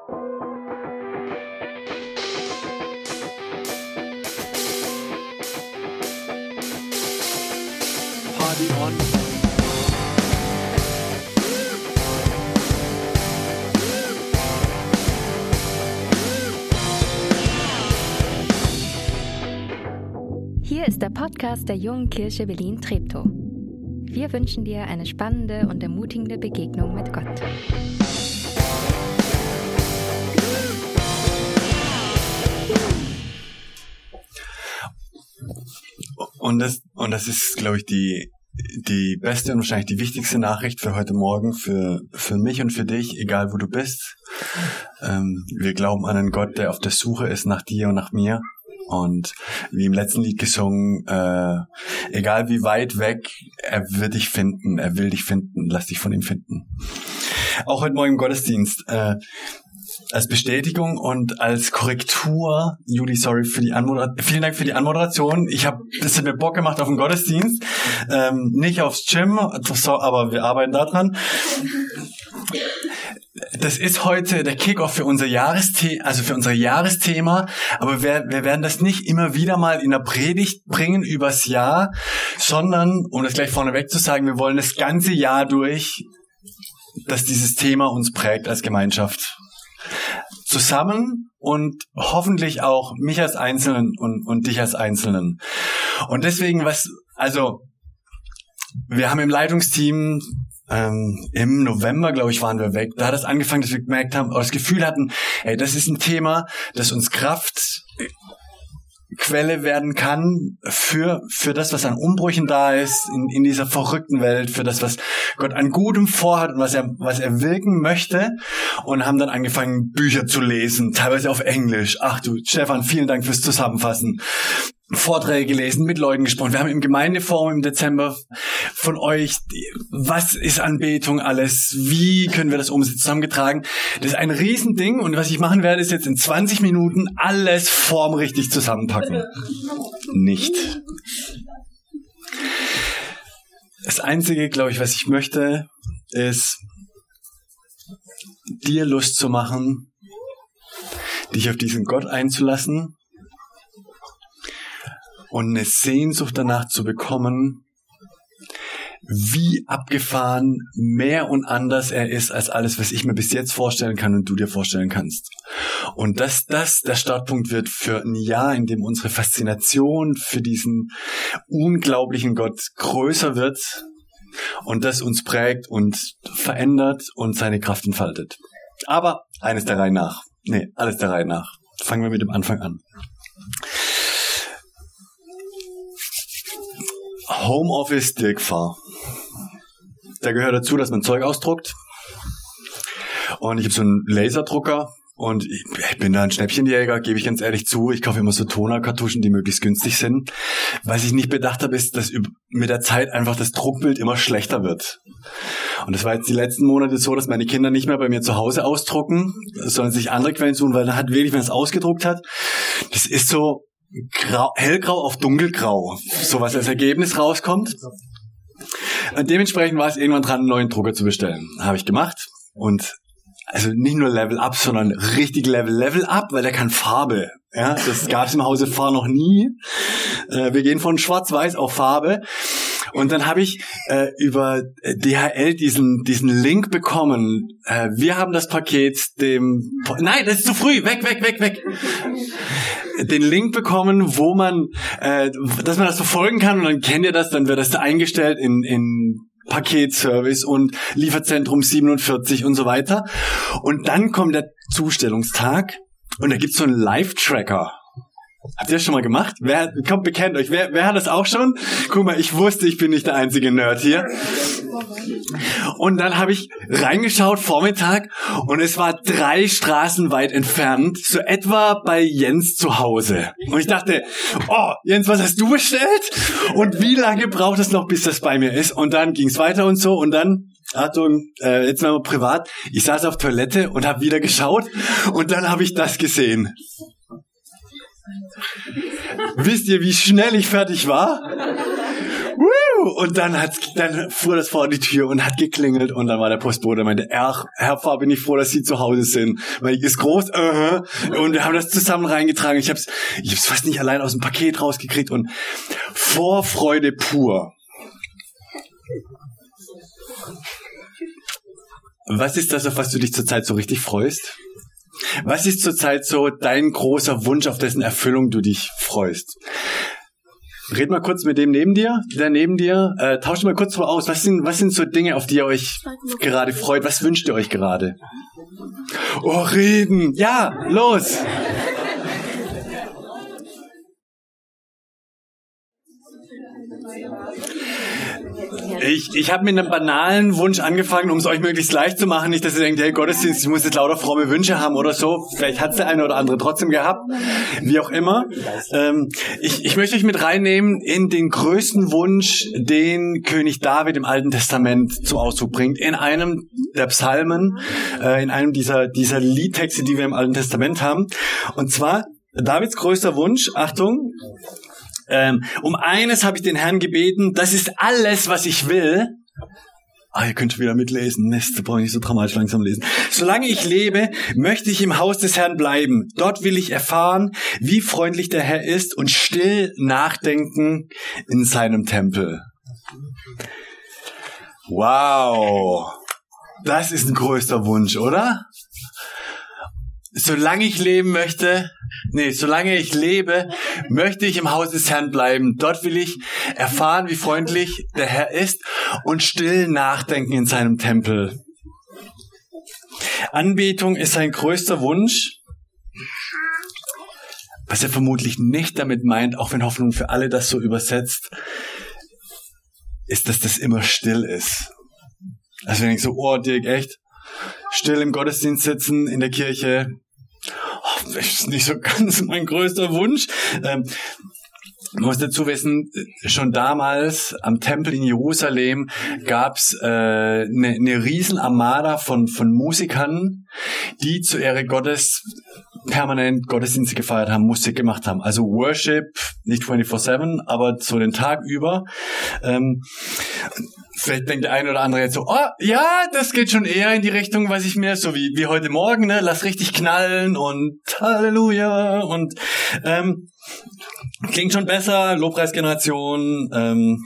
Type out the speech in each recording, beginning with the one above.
Party on. Hier ist der Podcast der Jungen Kirche Berlin-Treptow. Wir wünschen dir eine spannende und ermutigende Begegnung mit Gott. Und das ist, glaube ich, die beste und wahrscheinlich die wichtigste Nachricht für heute Morgen, für mich und für dich, egal wo du bist. Wir glauben an einen Gott, der auf der Suche ist nach dir und nach mir. Und wie im letzten Lied gesungen, egal wie weit weg, er wird dich finden, er will dich finden, lass dich von ihm finden. Auch heute Morgen im Gottesdienst, als Bestätigung und als Korrektur, Judy, sorry für die Anmoderation, vielen Dank für die Anmoderation. Das hat mir Bock gemacht auf den Gottesdienst, nicht aufs Gym, aber wir arbeiten da dran. Das ist heute der Kickoff für unser Jahresthema, aber wir werden das nicht immer wieder mal in der Predigt bringen übers Jahr, sondern, um das gleich vorneweg zu sagen, wir wollen das ganze Jahr durch, dass dieses Thema uns prägt als Gemeinschaft. Zusammen und hoffentlich auch mich als Einzelnen und dich als Einzelnen. Und deswegen wir haben im Leitungsteam im November, glaube ich, waren wir weg. Da hat es angefangen, dass wir gemerkt haben, das Gefühl hatten, hey, das ist ein Thema, das uns Kraftquelle werden kann für das, was an Umbrüchen da ist in dieser verrückten Welt, für das, was Gott an Gutem vorhat und was er wirken möchte, und haben dann angefangen, Bücher zu lesen, teilweise auf Englisch. Ach du, Stefan, vielen Dank fürs Zusammenfassen. Vorträge gelesen, mit Leuten gesprochen. Wir haben im Gemeindeforum im Dezember von euch, was ist Anbetung alles, wie können wir das umsetzen, zusammengetragen. Das ist ein Riesending, und was ich machen werde, ist jetzt in 20 Minuten alles formrichtig zusammenpacken. Nicht. Das Einzige, glaube ich, was ich möchte, ist, dir Lust zu machen, dich auf diesen Gott einzulassen, und eine Sehnsucht danach zu bekommen, wie abgefahren, mehr und anders er ist als alles, was ich mir bis jetzt vorstellen kann und du dir vorstellen kannst. Und dass das der Startpunkt wird für ein Jahr, in dem unsere Faszination für diesen unglaublichen Gott größer wird und das uns prägt und verändert und seine Kraft entfaltet. Aber alles der Reihe nach. Fangen wir mit dem Anfang an. Homeoffice Dirkfahr. Da gehört dazu, dass man Zeug ausdruckt. Und ich habe so einen Laserdrucker und ich bin da ein Schnäppchenjäger, gebe ich ganz ehrlich zu. Ich kaufe immer so Tonerkartuschen, die möglichst günstig sind. Was ich nicht bedacht habe, ist, dass mit der Zeit einfach das Druckbild immer schlechter wird. Und das war jetzt die letzten Monate so, dass meine Kinder nicht mehr bei mir zu Hause ausdrucken, sondern sich andere Quellen suchen, weil dann hat wirklich, wenn es ausgedruckt hat, das ist so hellgrau auf dunkelgrau, so was als Ergebnis rauskommt. Und dementsprechend war es irgendwann dran, einen neuen Drucker zu bestellen. Habe ich gemacht, und also nicht nur Level Up, sondern richtig Level Up, weil der kann Farbe. Ja, das gab es im Hause Fahr noch nie. Wir gehen von Schwarz-Weiß auf Farbe. Und dann habe ich über DHL diesen Link bekommen. Wir haben das Paket Nein, das ist zu früh. Weg. Den Link bekommen, wo man, dass man das verfolgen kann, und dann kennt ihr das, dann wird das da eingestellt in Paketservice und Lieferzentrum 47 und so weiter. Und dann kommt der Zustellungstag und da gibt's so einen Live-Tracker. Habt ihr das schon mal gemacht? Bekennt euch. Wer hat das auch schon? Guck mal, ich wusste, ich bin nicht der einzige Nerd hier. Und dann habe ich reingeschaut, Vormittag, und es war 3 Straßen weit entfernt, so etwa bei Jens zu Hause. Und ich dachte, oh, Jens, was hast du bestellt? Und wie lange braucht es noch, bis das bei mir ist? Und dann ging es weiter und so, und dann, Achtung, jetzt mal privat, ich saß auf Toilette und habe wieder geschaut, und dann habe ich das gesehen. Wisst ihr, wie schnell ich fertig war? Woo! Und dann fuhr das vor die Tür und hat geklingelt und dann war der Postbote und meinte, Herr Pfarrer, bin ich froh, dass Sie zu Hause sind. Weil ich ist groß, und wir haben das zusammen reingetragen. Ich hab's fast nicht allein aus dem Paket rausgekriegt und Vorfreude pur. Was ist das, auf was du dich zurzeit so richtig freust? Was ist zurzeit so dein großer Wunsch, auf dessen Erfüllung du dich freust? Red mal kurz mit dem neben dir, der neben dir. Tauscht mal kurz vor aus. Was sind so Dinge, auf die ihr euch gerade freut? Was wünscht ihr euch gerade? Oh, reden. Ja, los. Ich habe mit einem banalen Wunsch angefangen, um es euch möglichst leicht zu machen. Nicht, dass ihr denkt, hey, Gottesdienst, ich muss jetzt lauter fromme Wünsche haben oder so. Vielleicht hat es der eine oder andere trotzdem gehabt. Wie auch immer. Ich möchte euch mit reinnehmen in den größten Wunsch, den König David im Alten Testament zum Ausdruck bringt. In einem der Psalmen, in einem dieser Liedtexte, die wir im Alten Testament haben. Und zwar Davids größter Wunsch, Achtung, um eines habe ich den Herrn gebeten, das ist alles, was ich will. Ihr könnt schon wieder mitlesen. Mist, da brauche ich nicht so dramatisch langsam lesen. Solange ich lebe, möchte ich im Haus des Herrn bleiben. Dort will ich erfahren, wie freundlich der Herr ist und still nachdenken in seinem Tempel. Wow, das ist ein größter Wunsch, oder? Solange ich lebe, möchte ich im Haus des Herrn bleiben. Dort will ich erfahren, wie freundlich der Herr ist und still nachdenken in seinem Tempel. Anbetung ist sein größter Wunsch. Was er vermutlich nicht damit meint, auch wenn Hoffnung für alle das so übersetzt, ist, dass das immer still ist. Also wenn ich so, Dirk, echt? Still im Gottesdienst sitzen, in der Kirche. Das ist nicht so ganz mein größter Wunsch. Man muss dazu wissen, schon damals am Tempel in Jerusalem gab's eine riesen Armada von Musikern, die zu Ehre Gottes permanent Gottesdienste gefeiert haben, Musik gemacht haben. Also Worship, nicht 24/7, aber so den Tag über. Vielleicht denkt der eine oder andere jetzt so, das geht schon eher in die Richtung, was ich mir, so wie heute Morgen, ne, lass richtig knallen und Halleluja und klingt schon besser, Lobpreisgeneration,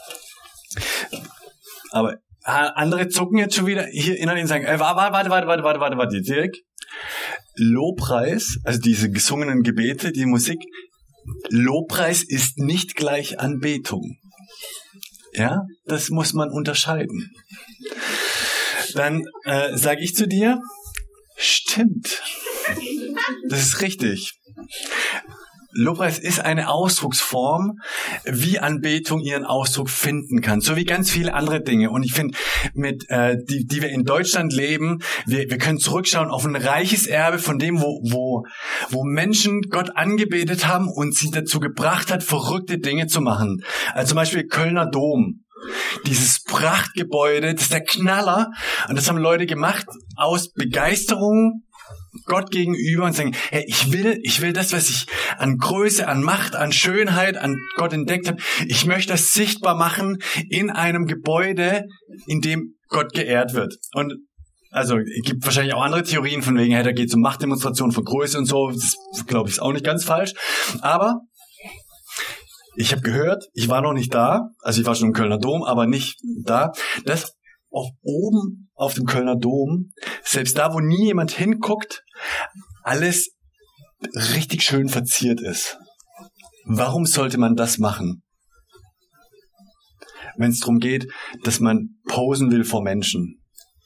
aber andere zucken jetzt schon wieder hier innerlich und sagen, warte, Dirk. Lobpreis, also diese gesungenen Gebete, die Musik, Lobpreis ist nicht gleich Anbetung. Ja, das muss man unterscheiden. Dann sage ich zu dir, stimmt. Das ist richtig. Lobpreis ist eine Ausdrucksform, wie Anbetung ihren Ausdruck finden kann, so wie ganz viele andere Dinge. Und ich finde, die wir in Deutschland leben, wir können zurückschauen auf ein reiches Erbe von dem, wo Menschen Gott angebetet haben und sie dazu gebracht hat, verrückte Dinge zu machen. Also zum Beispiel Kölner Dom. Dieses Prachtgebäude, das ist der Knaller. Und das haben Leute gemacht aus Begeisterung Gott gegenüber und sagen, hey, ich will das, was ich an Größe, an Macht, an Schönheit, an Gott entdeckt habe, ich möchte das sichtbar machen in einem Gebäude, in dem Gott geehrt wird. Und also es gibt wahrscheinlich auch andere Theorien von wegen, hey, da geht es um Machtdemonstration von Größe und so, das glaube ich ist auch nicht ganz falsch, aber ich habe gehört, ich war noch nicht da, also ich war schon im Kölner Dom, aber nicht da, dass auch oben auf dem Kölner Dom, selbst da, wo nie jemand hinguckt, alles richtig schön verziert ist. Warum sollte man das machen? Wenn es darum geht, dass man posen will vor Menschen.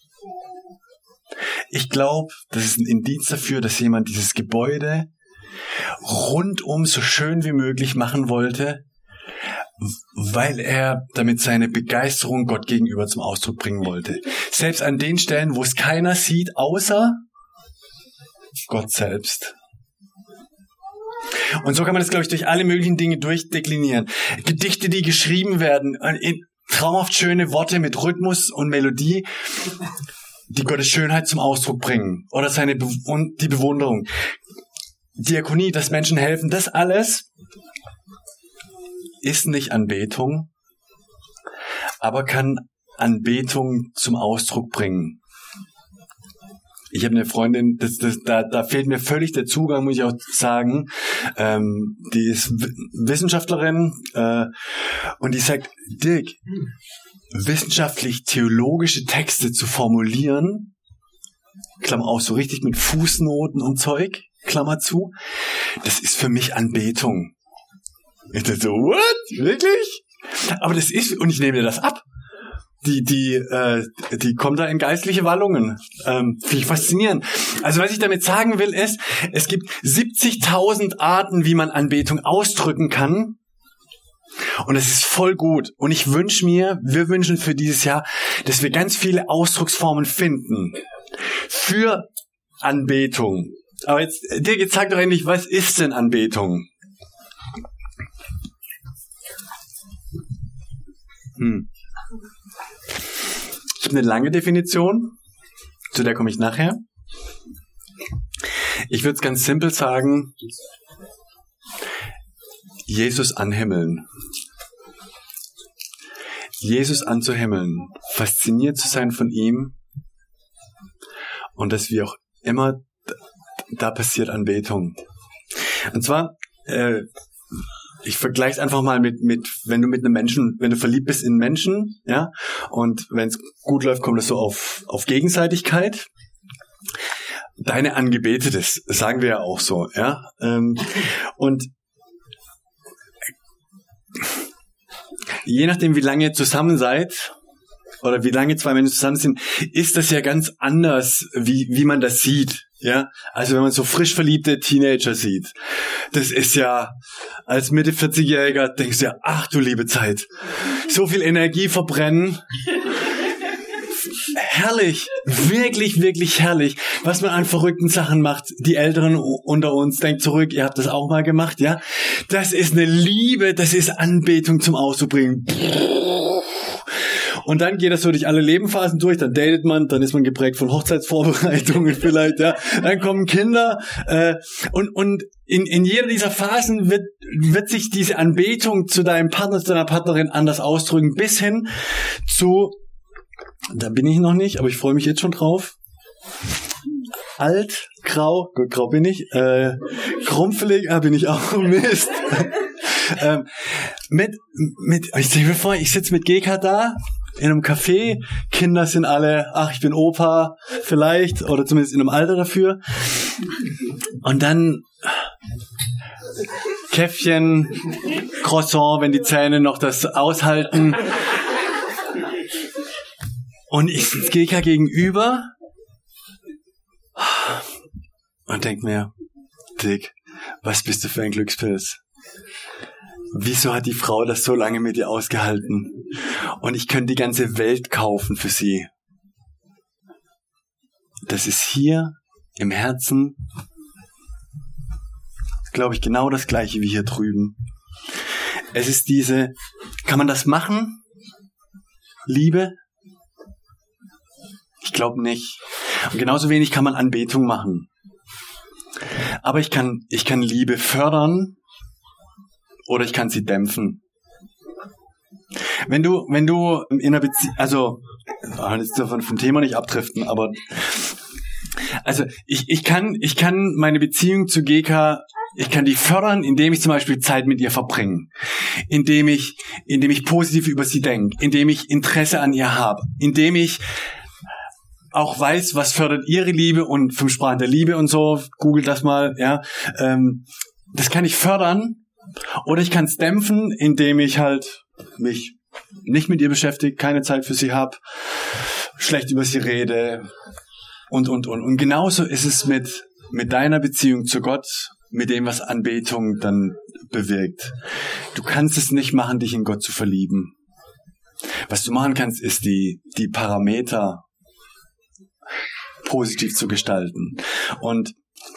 Ich glaube, das ist ein Indiz dafür, dass jemand dieses Gebäude rundum so schön wie möglich machen wollte, weil er damit seine Begeisterung Gott gegenüber zum Ausdruck bringen wollte. Selbst an den Stellen, wo es keiner sieht, außer Gott selbst. Und so kann man das, glaube ich, durch alle möglichen Dinge durchdeklinieren. Gedichte, die geschrieben werden, traumhaft schöne Worte mit Rhythmus und Melodie, die Gottes Schönheit zum Ausdruck bringen. Oder die Bewunderung. Diakonie, dass Menschen helfen, das alles ist nicht Anbetung, aber kann Anbetung zum Ausdruck bringen. Ich habe eine Freundin, da fehlt mir völlig der Zugang, muss ich auch sagen. Die ist Wissenschaftlerin und die sagt, Dirk, wissenschaftlich-theologische Texte zu formulieren, Klammer auf, so richtig mit Fußnoten und Zeug, Klammer zu, das ist für mich Anbetung. Ich dachte so, what? Wirklich? Aber das ist, und ich nehme dir das ab. Die kommt da in geistliche Wallungen. Finde ich faszinierend. Also was ich damit sagen will ist, es gibt 70.000 Arten, wie man Anbetung ausdrücken kann. Und es ist voll gut. Und wir wünschen für dieses Jahr, dass wir ganz viele Ausdrucksformen finden für Anbetung. Aber jetzt, Dirk, jetzt sag doch endlich, was ist denn Anbetung? Ich habe eine lange Definition, zu der komme ich nachher. Ich würde es ganz simpel sagen, Jesus anhimmeln. Jesus anzuhimmeln, fasziniert zu sein von ihm und dass wie auch immer da passiert Anbetung. Und zwar, ich vergleiche es einfach mal mit, wenn du mit einem Menschen, wenn du verliebt bist in Menschen, ja, und wenn es gut läuft, kommt es so auf Gegenseitigkeit. Deine Angebetete, das sagen wir ja auch so, ja. Und je nachdem, wie lange ihr zusammen seid, oder wie lange zwei Menschen zusammen sind, ist das ja ganz anders, wie man das sieht. Ja, also wenn man so frisch verliebte Teenager sieht, das ist ja, als Mitte 40-Jähriger denkst du ja, ach du liebe Zeit, so viel Energie verbrennen. Herrlich, wirklich, wirklich herrlich, was man an verrückten Sachen macht. Die Älteren unter uns, denkt zurück, ihr habt das auch mal gemacht, ja. Das ist eine Liebe, das ist Anbetung zum Ausdruck bringen. Und dann geht das so durch alle Lebensphasen durch, dann datet man, dann ist man geprägt von Hochzeitsvorbereitungen vielleicht, ja. Dann kommen Kinder, und in jeder dieser Phasen wird sich diese Anbetung zu deinem Partner, zu deiner Partnerin anders ausdrücken, bis hin zu, da bin ich noch nicht, aber ich freue mich jetzt schon drauf. Alt, grau bin ich, krumpfelig, bin ich auch, Mist. Ich stelle mir vor, ich sitze mit GK da, in einem Café, Kinder sind alle, ach, ich bin Opa, vielleicht, oder zumindest in einem Alter dafür. Und dann Käffchen, Croissant, wenn die Zähne noch das aushalten. Und ich sitze GK gegenüber und denk mir, Dick, was bist du für ein Glückspilz? Wieso hat die Frau das so lange mit dir ausgehalten? Und ich könnte die ganze Welt kaufen für sie. Das ist hier im Herzen, glaube ich, genau das Gleiche wie hier drüben. Es ist kann man das machen? Liebe? Ich glaube nicht. Und genauso wenig kann man Anbetung machen. Aber ich kann Liebe fördern, oder ich kann sie dämpfen. Wenn du in einer Beziehung, also, jetzt davon vom Thema nicht abdriften, aber, also, ich kann meine Beziehung zu GK, ich kann die fördern, indem ich zum Beispiel Zeit mit ihr verbringe, indem ich positiv über sie denke, indem ich Interesse an ihr habe, indem ich auch weiß, was fördert ihre Liebe und 5 Sprachen der Liebe und so, googelt das mal, ja, das kann ich fördern. Oder ich kann es dämpfen, indem ich halt mich nicht mit ihr beschäftige, keine Zeit für sie habe, schlecht über sie rede und. Und genauso ist es mit deiner Beziehung zu Gott, mit dem, was Anbetung dann bewirkt. Du kannst es nicht machen, dich in Gott zu verlieben. Was du machen kannst, ist die Parameter positiv zu gestalten. Und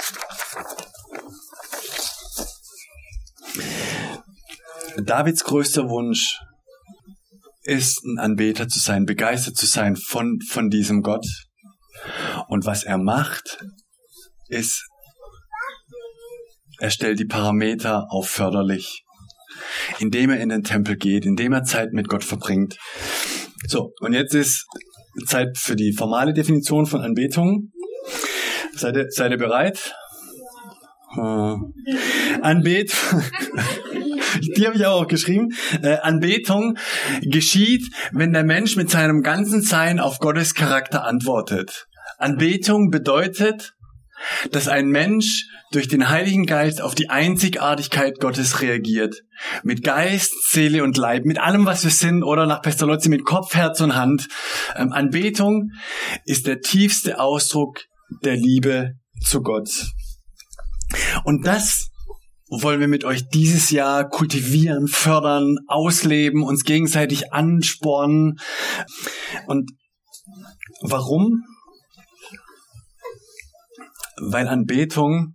Davids größter Wunsch ist, ein Anbeter zu sein, begeistert zu sein von diesem Gott. Und was er macht, ist, er stellt die Parameter auf förderlich, indem er in den Tempel geht, indem er Zeit mit Gott verbringt. So, und jetzt ist Zeit für die formale Definition von Anbetung. Seid ihr bereit? Anbetung, die habe ich auch geschrieben. Anbetung geschieht, wenn der Mensch mit seinem ganzen Sein auf Gottes Charakter antwortet. Anbetung bedeutet, dass ein Mensch durch den Heiligen Geist auf die Einzigartigkeit Gottes reagiert. Mit Geist, Seele und Leib, mit allem, was wir sind, oder nach Pestalozzi mit Kopf, Herz und Hand. Anbetung ist der tiefste Ausdruck der Liebe zu Gott. Und das wollen wir mit euch dieses Jahr kultivieren, fördern, ausleben, uns gegenseitig anspornen. Und warum? Weil Anbetung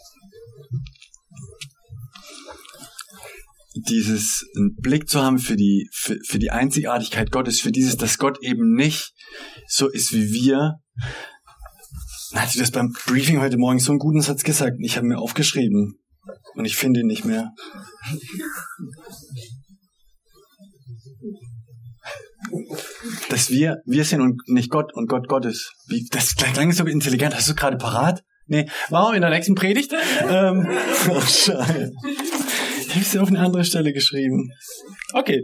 dieses einen Blick zu haben für die Einzigartigkeit Gottes, für dieses, dass Gott eben nicht so ist wie wir. Hat sie das beim Briefing heute Morgen so einen guten Satz gesagt? Ich habe mir aufgeschrieben und ich finde ihn nicht mehr. Dass wir sind und nicht Gott und Gott ist. Das klang so intelligent. Hast du gerade parat? Nee, wow, in der nächsten Predigt. Oh, Scheiße. Ich habe es ja auf eine andere Stelle geschrieben. Okay.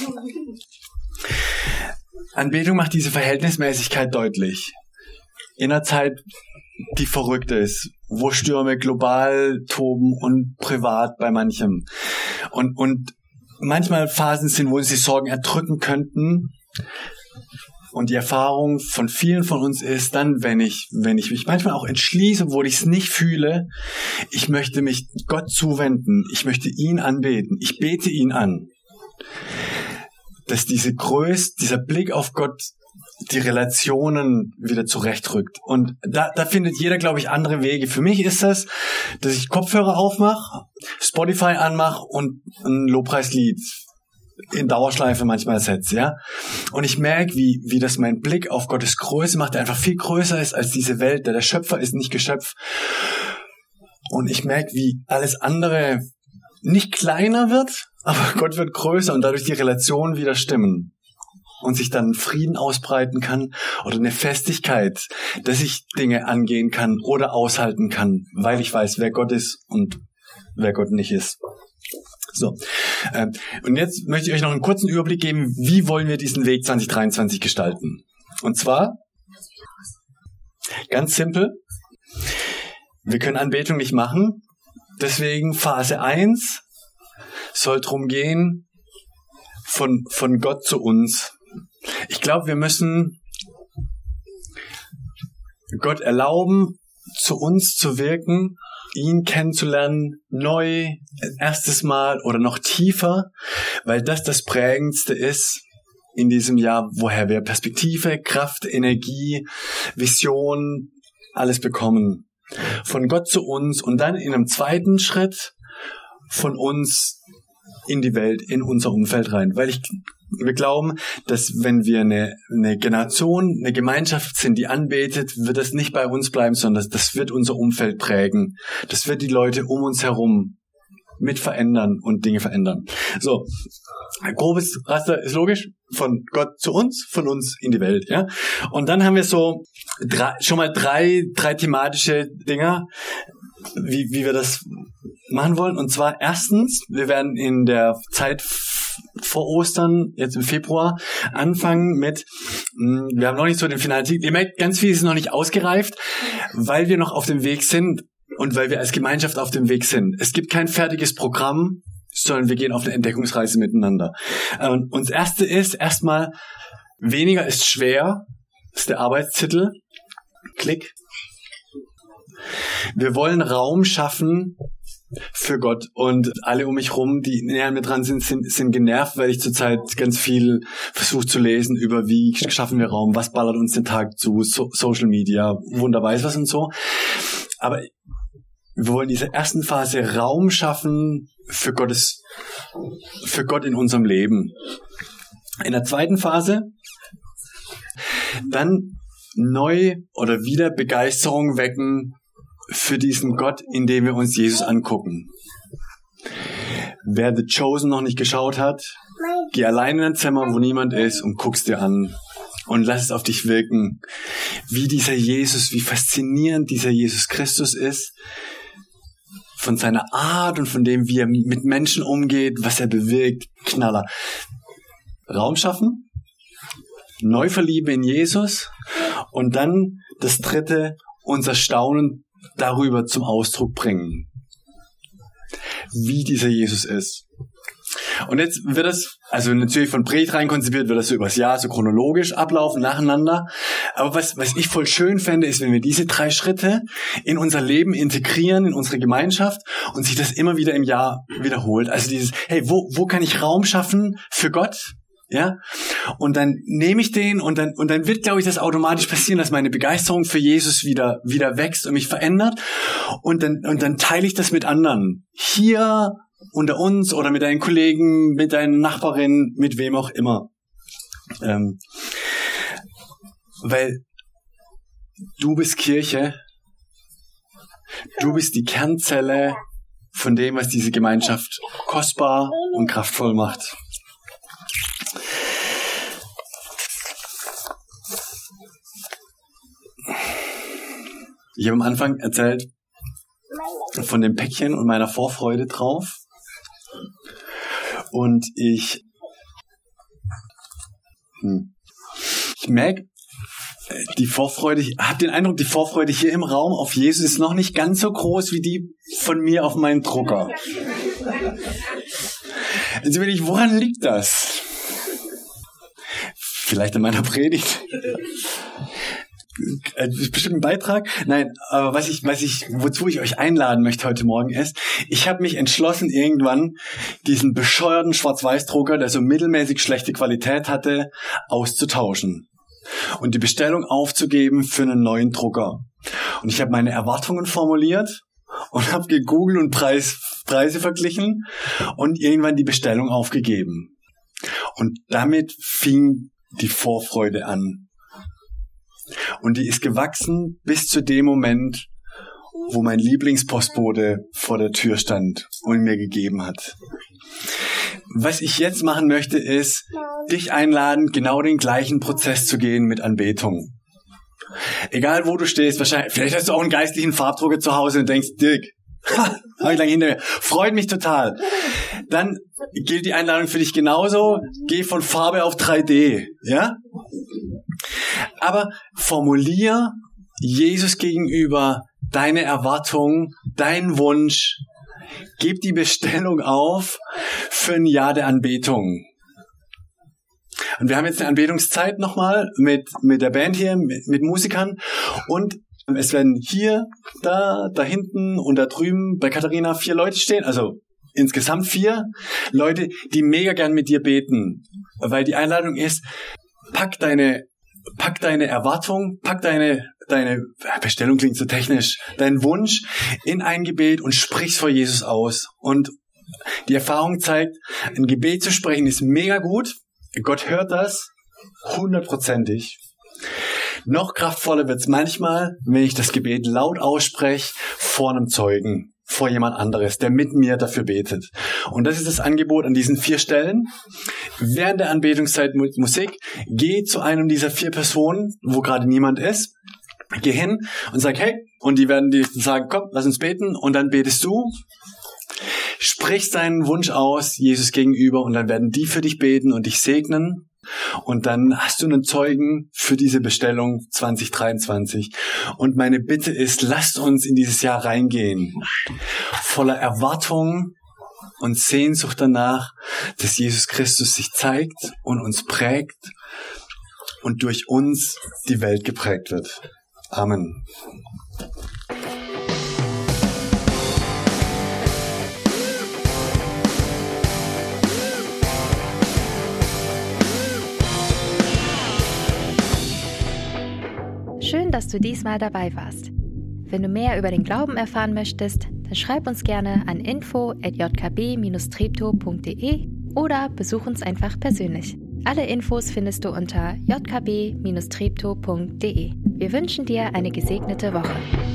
Anbetung macht diese Verhältnismäßigkeit deutlich. In einer Zeit, die verrückt ist, wo Stürme global toben und privat bei manchem. Und manchmal Phasen sind, wo uns die Sorgen erdrücken könnten. Und die Erfahrung von vielen von uns ist dann, wenn ich mich manchmal auch entschließe, obwohl ich es nicht fühle, ich möchte mich Gott zuwenden, ich möchte ihn anbeten, ich bete ihn an. Dass dieser Blick auf Gott die Relationen wieder zurechtrückt. Und da findet jeder, glaube ich, andere Wege. Für mich ist das, dass ich Kopfhörer aufmache, Spotify anmache und ein Lobpreislied in Dauerschleife manchmal setze, ja. Und ich merke, wie das mein Blick auf Gottes Größe macht, der einfach viel größer ist als diese Welt, der Schöpfer ist, nicht Geschöpf. Und ich merke, wie alles andere nicht kleiner wird, aber Gott wird größer und dadurch die Relationen wieder stimmen. Und sich dann Frieden ausbreiten kann oder eine Festigkeit, dass ich Dinge angehen kann oder aushalten kann, weil ich weiß, wer Gott ist und wer Gott nicht ist. So, und jetzt möchte ich euch noch einen kurzen Überblick geben, wie wollen wir diesen Weg 2023 gestalten. Und zwar, ganz simpel, wir können Anbetung nicht machen, deswegen Phase 1 soll drum gehen, von Gott zu uns. Ich glaube, wir müssen Gott erlauben, zu uns zu wirken, ihn kennenzulernen, neu, erstes Mal oder noch tiefer, weil das Prägendste ist in diesem Jahr, woher wir Perspektive, Kraft, Energie, Vision, alles bekommen. Von Gott zu uns und dann in einem zweiten Schritt von uns in die Welt, in unser Umfeld rein. Weil wir glauben, dass wenn wir eine Generation, eine Gemeinschaft sind, die anbetet, wird das nicht bei uns bleiben, sondern das wird unser Umfeld prägen. Das wird die Leute um uns herum mit verändern und Dinge verändern. So, ein grobes Raster ist logisch. Von Gott zu uns, von uns in die Welt, ja. Und dann haben wir so schon mal drei thematische Dinger, wie wir das machen wollen. Und zwar erstens, wir werden in der Zeit vor Ostern, jetzt im Februar, anfangen mit, wir haben noch nicht so den finalen Titel, ihr merkt, ganz viel ist noch nicht ausgereift, weil wir noch auf dem Weg sind und weil wir als Gemeinschaft auf dem Weg sind. Es gibt kein fertiges Programm, sondern wir gehen auf eine Entdeckungsreise miteinander. Und das erste ist erstmal, weniger ist schwer, ist der Arbeitstitel. Klick. Wir wollen Raum schaffen für Gott und alle um mich rum, die näher mit dran sind genervt, weil ich zurzeit ganz viel versuche zu lesen über wie schaffen wir Raum, was ballert uns den Tag zu, Social Media, Wunder weiß was und so. Aber wir wollen in dieser ersten Phase Raum schaffen für Gott in unserem Leben. In der zweiten Phase dann neu oder wieder Begeisterung wecken für diesen Gott, indem wir uns Jesus angucken. Wer The Chosen noch nicht geschaut hat, Geh allein in ein Zimmer, wo niemand ist und guck's dir an. Und lass es auf dich wirken, wie dieser Jesus, wie faszinierend dieser Jesus Christus ist, von seiner Art und von dem, wie er mit Menschen umgeht, was er bewirkt. Knaller. Raum schaffen, Neuverliebe in Jesus und dann das dritte, unser Staunen darüber zum Ausdruck bringen, wie dieser Jesus ist. Und jetzt wird das, also natürlich von Predigt rein konzipiert, wird das so übers Jahr so chronologisch ablaufen, nacheinander. Aber was ich voll schön fände, ist, wenn wir diese 3 Schritte in unser Leben integrieren, in unsere Gemeinschaft und sich das immer wieder im Jahr wiederholt. Also dieses, hey, wo kann ich Raum schaffen für Gott? Ja? Und dann nehme ich den und dann wird, glaube ich, das automatisch passieren, dass meine Begeisterung für Jesus wieder wächst und mich verändert. Und dann teile ich das mit anderen. Hier unter uns oder mit deinen Kollegen, mit deinen Nachbarinnen, mit wem auch immer. Weil du bist Kirche, du bist die Kernzelle von dem, was diese Gemeinschaft kostbar und kraftvoll macht. Ich habe am Anfang erzählt von dem Päckchen und meiner Vorfreude drauf. Und ich merke, die Vorfreude, ich habe den Eindruck, die Vorfreude hier im Raum auf Jesus ist noch nicht ganz so groß wie die von mir auf meinen Drucker. Also woran liegt das? Vielleicht in meiner Predigt? Bestimmt ein Beitrag? Nein, aber wozu ich euch einladen möchte heute Morgen ist, ich habe mich entschlossen, irgendwann diesen bescheuerten Schwarz-Weiß-Drucker, der so mittelmäßig schlechte Qualität hatte, auszutauschen und die Bestellung aufzugeben für einen neuen Drucker. Und ich habe meine Erwartungen formuliert und habe gegoogelt und Preise verglichen und irgendwann die Bestellung aufgegeben. Und damit fing die Vorfreude an. Und die ist gewachsen bis zu dem Moment, wo mein Lieblingspostbote vor der Tür stand und mir gegeben hat. Was ich jetzt machen möchte, ist, dich einladen, genau den gleichen Prozess zu gehen mit Anbetung. Egal wo du stehst, vielleicht hast du auch einen geistlichen Farbdrucker zu Hause und denkst, Dirk, habe ich lange hinter mir. Freut mich total. Dann gilt die Einladung für dich genauso. Geh von Farbe auf 3D, ja? Aber formulier Jesus gegenüber deine Erwartung, deinen Wunsch. Gib die Bestellung auf für ein Jahr der Anbetung. Und wir haben jetzt eine Anbetungszeit nochmal mit der Band hier, mit Musikern. Und es werden hier, da hinten und da drüben bei Katharina 4 Leute stehen, also insgesamt 4 Leute, die mega gern mit dir beten. Weil die Einladung ist, pack deine Erwartung, pack deine Bestellung klingt so technisch, deinen Wunsch in ein Gebet und sprich's vor Jesus aus. Und die Erfahrung zeigt, ein Gebet zu sprechen ist mega gut. Gott hört das 100%. Noch kraftvoller wird's manchmal, wenn ich das Gebet laut ausspreche vor einem Zeugen, vor jemand anderes, der mit mir dafür betet. Und das ist das Angebot an diesen 4 Stellen. Während der Anbetungszeit mit Musik, geh zu einem dieser 4 Personen, wo gerade niemand ist, geh hin und sag, hey, und die werden dir sagen, komm, lass uns beten, und dann betest du, sprichst deinen Wunsch aus, Jesus gegenüber, und dann werden die für dich beten und dich segnen. Und dann hast du einen Zeugen für diese Bestellung 2023. Und meine Bitte ist, lasst uns in dieses Jahr reingehen, voller Erwartung und Sehnsucht danach, dass Jesus Christus sich zeigt und uns prägt und durch uns die Welt geprägt wird. Amen. Schön, dass du diesmal dabei warst. Wenn du mehr über den Glauben erfahren möchtest, dann schreib uns gerne an info@jkb-treptow.de oder besuch uns einfach persönlich. Alle Infos findest du unter jkb-treptow.de. Wir wünschen dir eine gesegnete Woche.